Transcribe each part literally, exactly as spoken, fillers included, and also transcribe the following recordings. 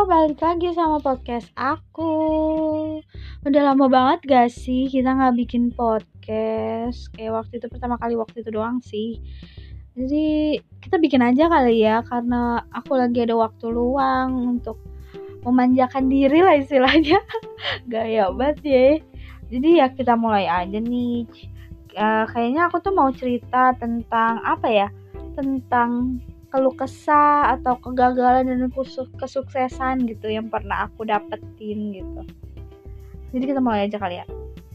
balik lagi sama podcast aku. Udah lama banget gak sih kita gak bikin podcast. Kayak waktu itu pertama kali waktu itu doang sih. Jadi kita bikin aja kali ya, karena aku lagi ada waktu luang untuk memanjakan diri lah istilahnya. Gaya banget ya. Jadi ya kita mulai aja nih. uh, Kayaknya aku tuh mau cerita tentang apa ya, Tentang keluh kesah atau kegagalan dan kesuksesan gitu yang pernah aku dapetin gitu. Jadi kita mulai aja kali ya.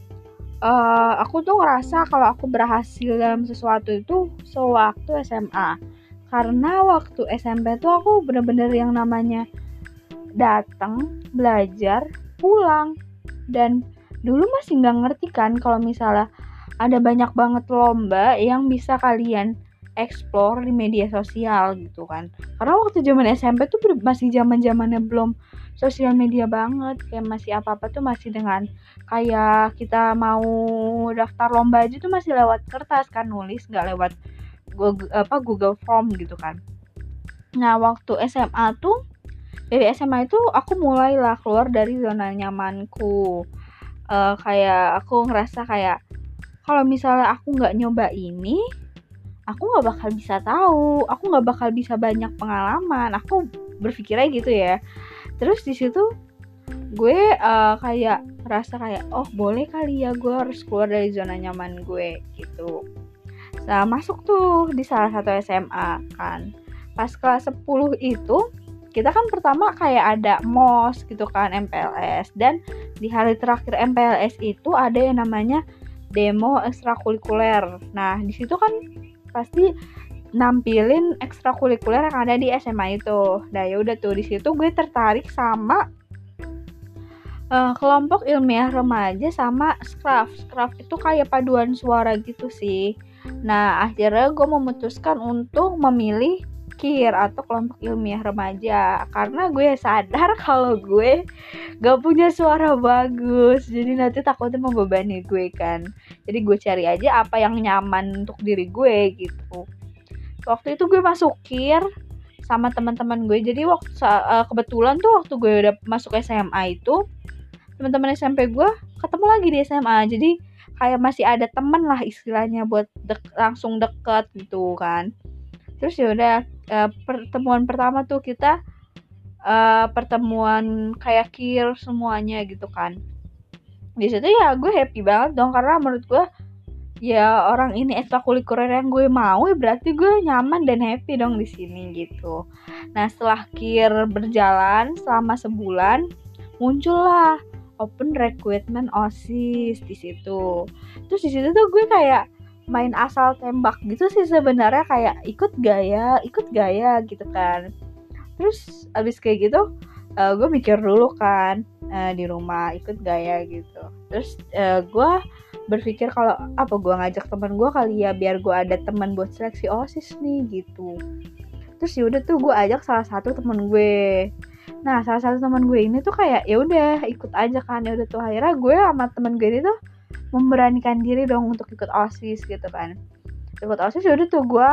Uh, aku tuh ngerasa kalau aku berhasil dalam sesuatu itu sewaktu S M A. Karena waktu S M P tuh aku bener-bener yang namanya datang, belajar, pulang. Dan dulu masih nggak ngerti kan kalau misalnya ada banyak banget lomba yang bisa kalian explore di media sosial gitu kan. Karena waktu zaman S M P tuh masih zaman-zamannya belum sosial media banget, kayak masih apa-apa tuh masih dengan kayak kita mau daftar lomba aja tuh masih lewat kertas kan, nulis, nggak lewat Google, apa Google Form gitu kan. Nah waktu S M A tuh dari S M A itu aku mulailah keluar dari zona nyamanku. Uh, kayak aku ngerasa kayak kalau misalnya aku nggak nyoba ini, aku nggak bakal bisa tahu, aku nggak bakal bisa banyak pengalaman. Aku berpikirnya gitu ya. Terus di situ gue uh, kayak merasa kayak oh boleh kali ya gue harus keluar dari zona nyaman gue gitu. Nah masuk tuh di salah satu S M A kan. Pas kelas sepuluh itu kita kan pertama kayak ada M O S gitu kan, M P L S. Dan di hari terakhir M P L S itu ada yang namanya demo ekstrakurikuler. Nah di situ kan pasti nampilin ekstrakurikuler yang ada di S M A itu. Nah ya udah tuh di situ gue tertarik sama uh, kelompok ilmiah remaja sama Scraf. Scraf itu kayak paduan suara gitu sih. Nah akhirnya gue memutuskan untuk memilih K I R atau kelompok ilmiah remaja karena gue sadar kalau gue gak punya suara bagus, jadi nanti takutnya membebani gue kan. Jadi gue cari aja apa yang nyaman untuk diri gue gitu. Waktu itu gue masuk K I R sama teman-teman gue. Jadi waktu kebetulan tuh waktu gue udah masuk S M A itu teman-teman S M P gue ketemu lagi di S M A. Jadi kayak masih ada teman lah istilahnya buat dek- langsung deket gitu kan. Terus ya udah uh, pertemuan pertama tuh kita uh, pertemuan kayak K I R semuanya gitu kan. Di situ ya gue happy banget dong karena menurut gue ya orang ini ekstrakurikuler yang gue mau, ya berarti gue nyaman dan happy dong di sini gitu. Nah setelah K I R berjalan selama sebulan, muncullah open recruitment OSIS di situ. Terus di situ tuh gue kayak main asal tembak gitu sih sebenarnya, kayak ikut gaya, ikut gaya gitu kan. Terus abis kayak gitu uh, gue mikir dulu kan uh, di rumah ikut gaya gitu. Terus uh, gue berpikir kalau apa gue ngajak teman gue kali ya biar gue ada teman buat seleksi OSIS nih gitu. Terus yaudah tuh gue ajak salah satu teman gue. Nah salah satu teman gue ini tuh kayak ya udah ikut aja kan. Ya udah tuh akhirnya gue sama teman gue ini tuh memberanikan diri dong untuk ikut OSIS gitu kan. Ikut OSIS ya udah tuh gue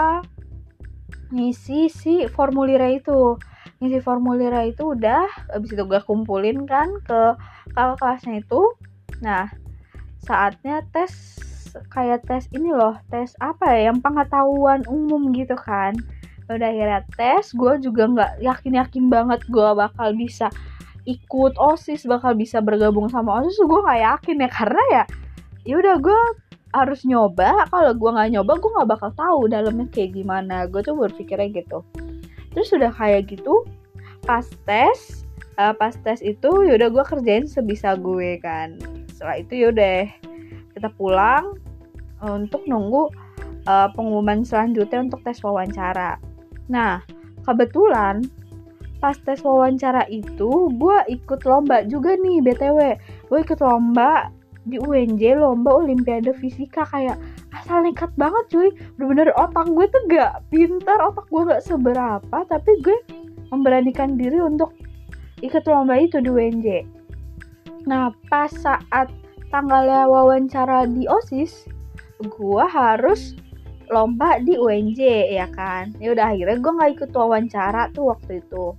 ngisi si formulirnya itu. Ngisi formulirnya itu udah, abis itu gue kumpulin kan ke kakak kelasnya itu. Nah saatnya tes, kayak tes ini loh, tes apa ya, yang pengetahuan umum gitu kan. Udah akhirnya tes, gue juga gak yakin-yakin banget gue bakal bisa ikut OSIS, bakal bisa bergabung sama OSIS. Gue gak yakin ya, karena ya ya udah gue harus nyoba. Kalau gue nggak nyoba gue nggak bakal tahu dalamnya kayak gimana. Gue tuh berpikirnya gitu. Terus udah kayak gitu pas tes uh, pas tes itu yaudah gue kerjain sebisa gue kan. Setelah itu yaudah kita pulang untuk nunggu uh, pengumuman selanjutnya untuk tes wawancara. Nah kebetulan pas tes wawancara itu gue ikut lomba juga nih B T W. Gue ikut lomba di U N J, lomba olimpiade fisika. Kayak asal nekat banget cuy, bener-bener otak gue tuh gak pintar, otak gue gak seberapa, tapi gue memberanikan diri untuk ikut lomba itu di U N J. Nah pas saat tanggalnya wawancara di OSIS, gue harus lomba di U N J ya kan. Ya udah akhirnya gue nggak ikut wawancara tuh waktu itu.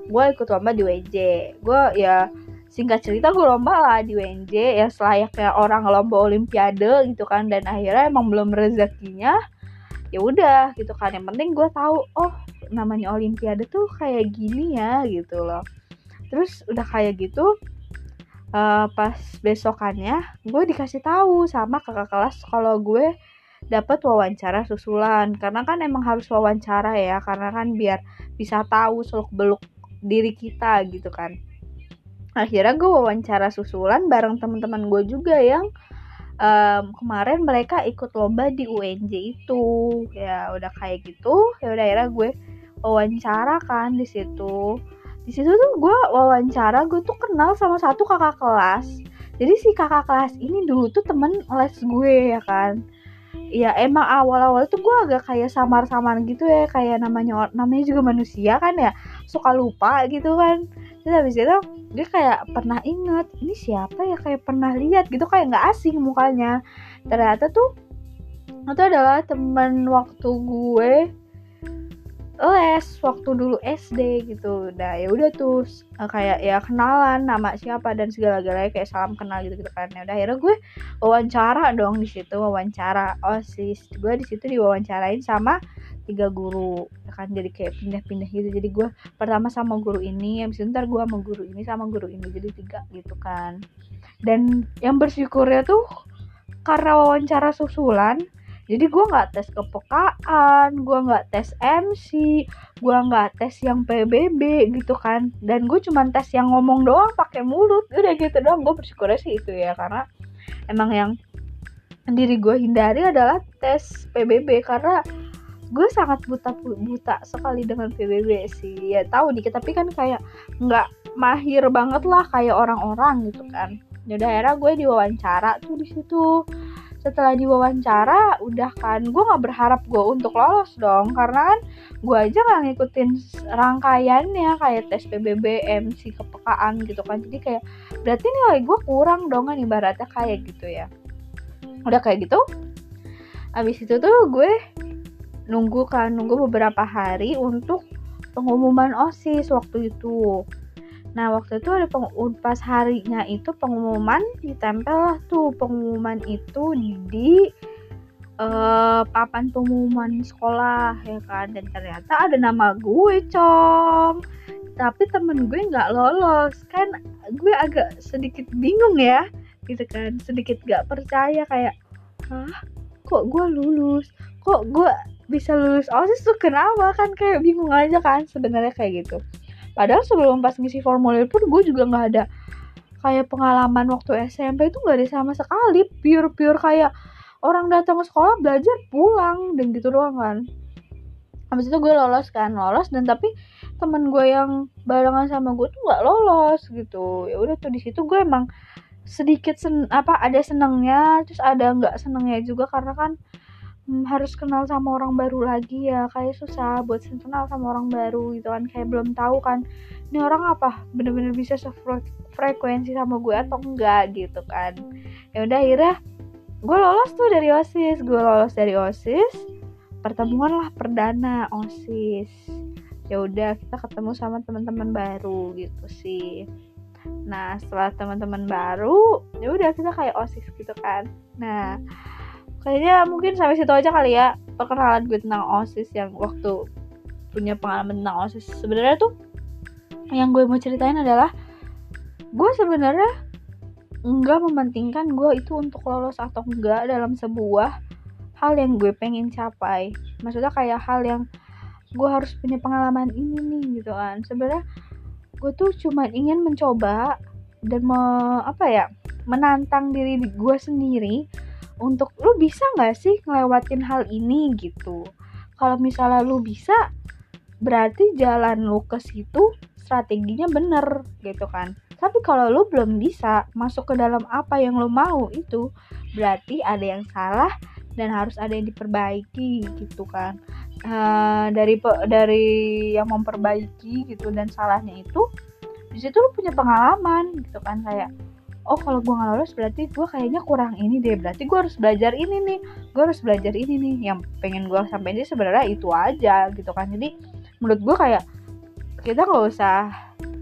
gue ikut lomba di W N J. Gue ya singkat cerita gue lomba lah di W N J ya selayaknya orang lomba olimpiade gitu kan, dan akhirnya emang belum rezekinya ya udah gitu kan. Yang penting gue tahu oh namanya olimpiade tuh kayak gini ya gitu loh. Terus udah kayak gitu uh, pas besokannya gue dikasih tahu sama kakak kelas kalau gue dapat wawancara susulan, karena kan emang harus wawancara ya, karena kan biar bisa tahu seluk beluk diri kita gitu kan. Akhirnya gue wawancara susulan bareng teman-teman gue juga yang um, kemarin mereka ikut lomba di U N J itu. Ya udah kayak gitu, ya udah akhirnya gue wawancara kan di situ. Di situ tuh gue wawancara, gue tuh kenal sama satu kakak kelas. Jadi si kakak kelas ini dulu tuh temen les gue ya kan. Ya emang awal-awal tuh gue agak kayak samar-samar gitu ya, kayak namanya namanya juga manusia kan ya, suka lupa gitu kan. Terus habis itu dia kayak pernah inget ini siapa ya, kayak pernah lihat gitu, kayak nggak asing mukanya. Ternyata tuh itu adalah teman waktu gue les waktu dulu S D gitu. Nah ya udah tuh kayak ya kenalan nama siapa dan segala-galanya, kayak salam kenal gitu gitu kan. Ya udah akhirnya gue wawancara dong di situ, wawancara OSIS. Gue di situ diwawancarain sama tiga guru kan, jadi kayak pindah-pindah gitu. Jadi gue pertama sama guru ini, habis itu ntar gue sama guru ini sama guru ini, jadi tiga gitu kan. Dan yang bersyukurnya tuh karena wawancara susulan, jadi gue nggak tes kepekaan, gue nggak tes M C, gue nggak tes yang P B B gitu kan, dan gue cuma tes yang ngomong doang pakai mulut, udah gitu doang. Gue bersyukurnya sih itu ya, karena emang yang diri gue hindari adalah tes P B B, karena gue sangat buta buta sekali dengan P B B sih. Ya tahu dikit tapi kan kayak nggak mahir banget lah kayak orang-orang gitu kan. Yaudah akhirnya gue diwawancara tuh di situ. Setelah diwawancara udah kan gue nggak berharap gue untuk lolos dong, karena kan gue aja nggak ngikutin rangkaiannya kayak tes P B B, M C, kepekaan gitu kan. Jadi kayak berarti nilai gue kurang dong kan, ibaratnya kayak gitu ya. Udah kayak gitu abis itu tuh gue nunggu kan nunggu beberapa hari untuk pengumuman OSIS waktu itu. Nah waktu itu ada peng- pas harinya itu pengumuman, ditempel lah tuh pengumuman itu di uh, papan pengumuman sekolah ya kan. Dan ternyata ada nama gue cong, tapi temen gue nggak lolos kan. Gue agak sedikit bingung ya gitu kan, sedikit nggak percaya kayak hah kok gue lulus, kok gue bisa lulus OSIS tuh kenapa, kan kayak bingung aja kan sebenarnya kayak gitu. Padahal sebelum pas ngisi formulir pun gue juga gak ada kayak pengalaman waktu S M P itu gak ada sama sekali. Pure-pure kayak orang datang ke sekolah belajar pulang dan gitu doang kan. Habis itu gue lolos kan, lolos dan tapi temen gue yang barengan sama gue tuh gak lolos gitu. Ya udah tuh di situ gue emang sedikit sen- apa ada senengnya, terus ada gak senengnya juga karena kan Hmm, harus kenal sama orang baru lagi ya, kayak susah buat kenal sama orang baru gitu kan, kayak belum tahu kan ini orang apa bener-bener bisa sefrekuensi sama gue atau enggak gitu kan. Ya udah akhirnya gue lolos tuh dari OSIS, gue lolos dari OSIS, pertemuan lah perdana OSIS. Ya udah kita ketemu sama teman-teman baru gitu sih. Nah setelah teman-teman baru ya udah kita kayak OSIS gitu kan. Nah kayaknya mungkin sampai situ aja kali ya perkenalan gue tentang OSIS, yang waktu punya pengalaman tentang OSIS. Sebenarnya tuh yang gue mau ceritain adalah gue sebenarnya enggak mementingkan gue itu untuk lolos atau enggak dalam sebuah hal yang gue pengen capai. Maksudnya kayak hal yang gue harus punya pengalaman ini nih gitu kan. Sebenarnya gue tuh cuma ingin mencoba dan me, apa ya menantang diri gue sendiri untuk lu bisa gak sih ngelewatin hal ini gitu. Kalau misalnya lu bisa, berarti jalan lu ke situ strateginya bener gitu kan. Tapi kalau lu belum bisa masuk ke dalam apa yang lu mau itu, berarti ada yang salah dan harus ada yang diperbaiki gitu kan. Uh, dari dari yang memperbaiki gitu dan salahnya itu, di situ lu punya pengalaman gitu kan, kayak oh kalau gue nggak lolos berarti gue kayaknya kurang ini deh, berarti gue harus belajar ini nih, gue harus belajar ini nih. Yang pengen gue sampein sih sebenarnya itu aja gitu kan. Jadi menurut gue kayak kita nggak usah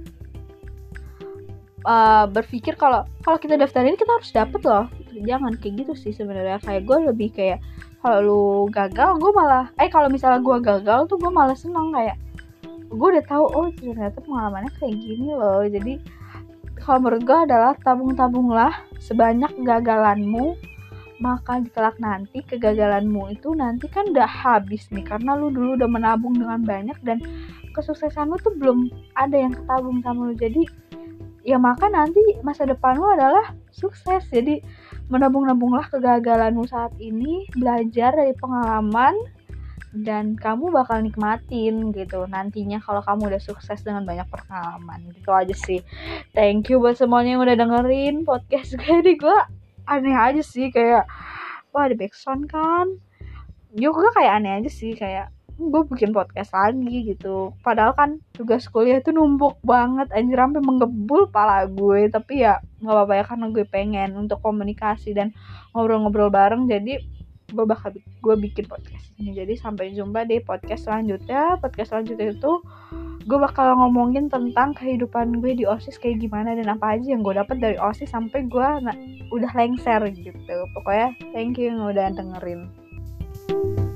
uh, berpikir kalau kalau kita daftar ini kita harus dapet loh. Jangan kayak gitu sih sebenarnya. Kayak gue lebih kayak kalau lu gagal gue malah eh kalau misalnya gue gagal tuh gue malah seneng, kayak gue udah tahu oh ternyata pengalamannya kayak gini loh. Jadi kalau menurut gue adalah tabung-tabunglah sebanyak kegagalanmu, maka kelak nanti kegagalanmu itu nanti kan udah habis nih, karena lu dulu udah menabung dengan banyak dan kesuksesan lu tuh belum ada yang ketabung sama lu. Jadi ya maka nanti masa depan lu adalah sukses. Jadi menabung-nabunglah kegagalanmu saat ini, belajar dari pengalaman, dan kamu bakal nikmatin gitu nantinya kalau kamu udah sukses dengan banyak pengalaman. Gitu aja sih. Thank you buat semuanya yang udah dengerin podcast gue. Di gue aneh aja sih, kayak wah ada backsound kan, juga kayak aneh aja sih, kayak gue bikin podcast lagi gitu, padahal kan tugas kuliah tuh numpuk banget anjir sampai menggebul pala gue. Tapi ya nggak apa-apa ya, karena gue pengen untuk komunikasi dan ngobrol-ngobrol bareng, jadi gue bakal gue bikin podcast ini. Jadi sampai jumpa di podcast selanjutnya. Podcast selanjutnya itu gue bakal ngomongin tentang kehidupan gue di OSIS kayak gimana dan apa aja yang gue dapet dari OSIS sampai gue nah, udah lengser gitu. Pokoknya thank you yang udah dengerin.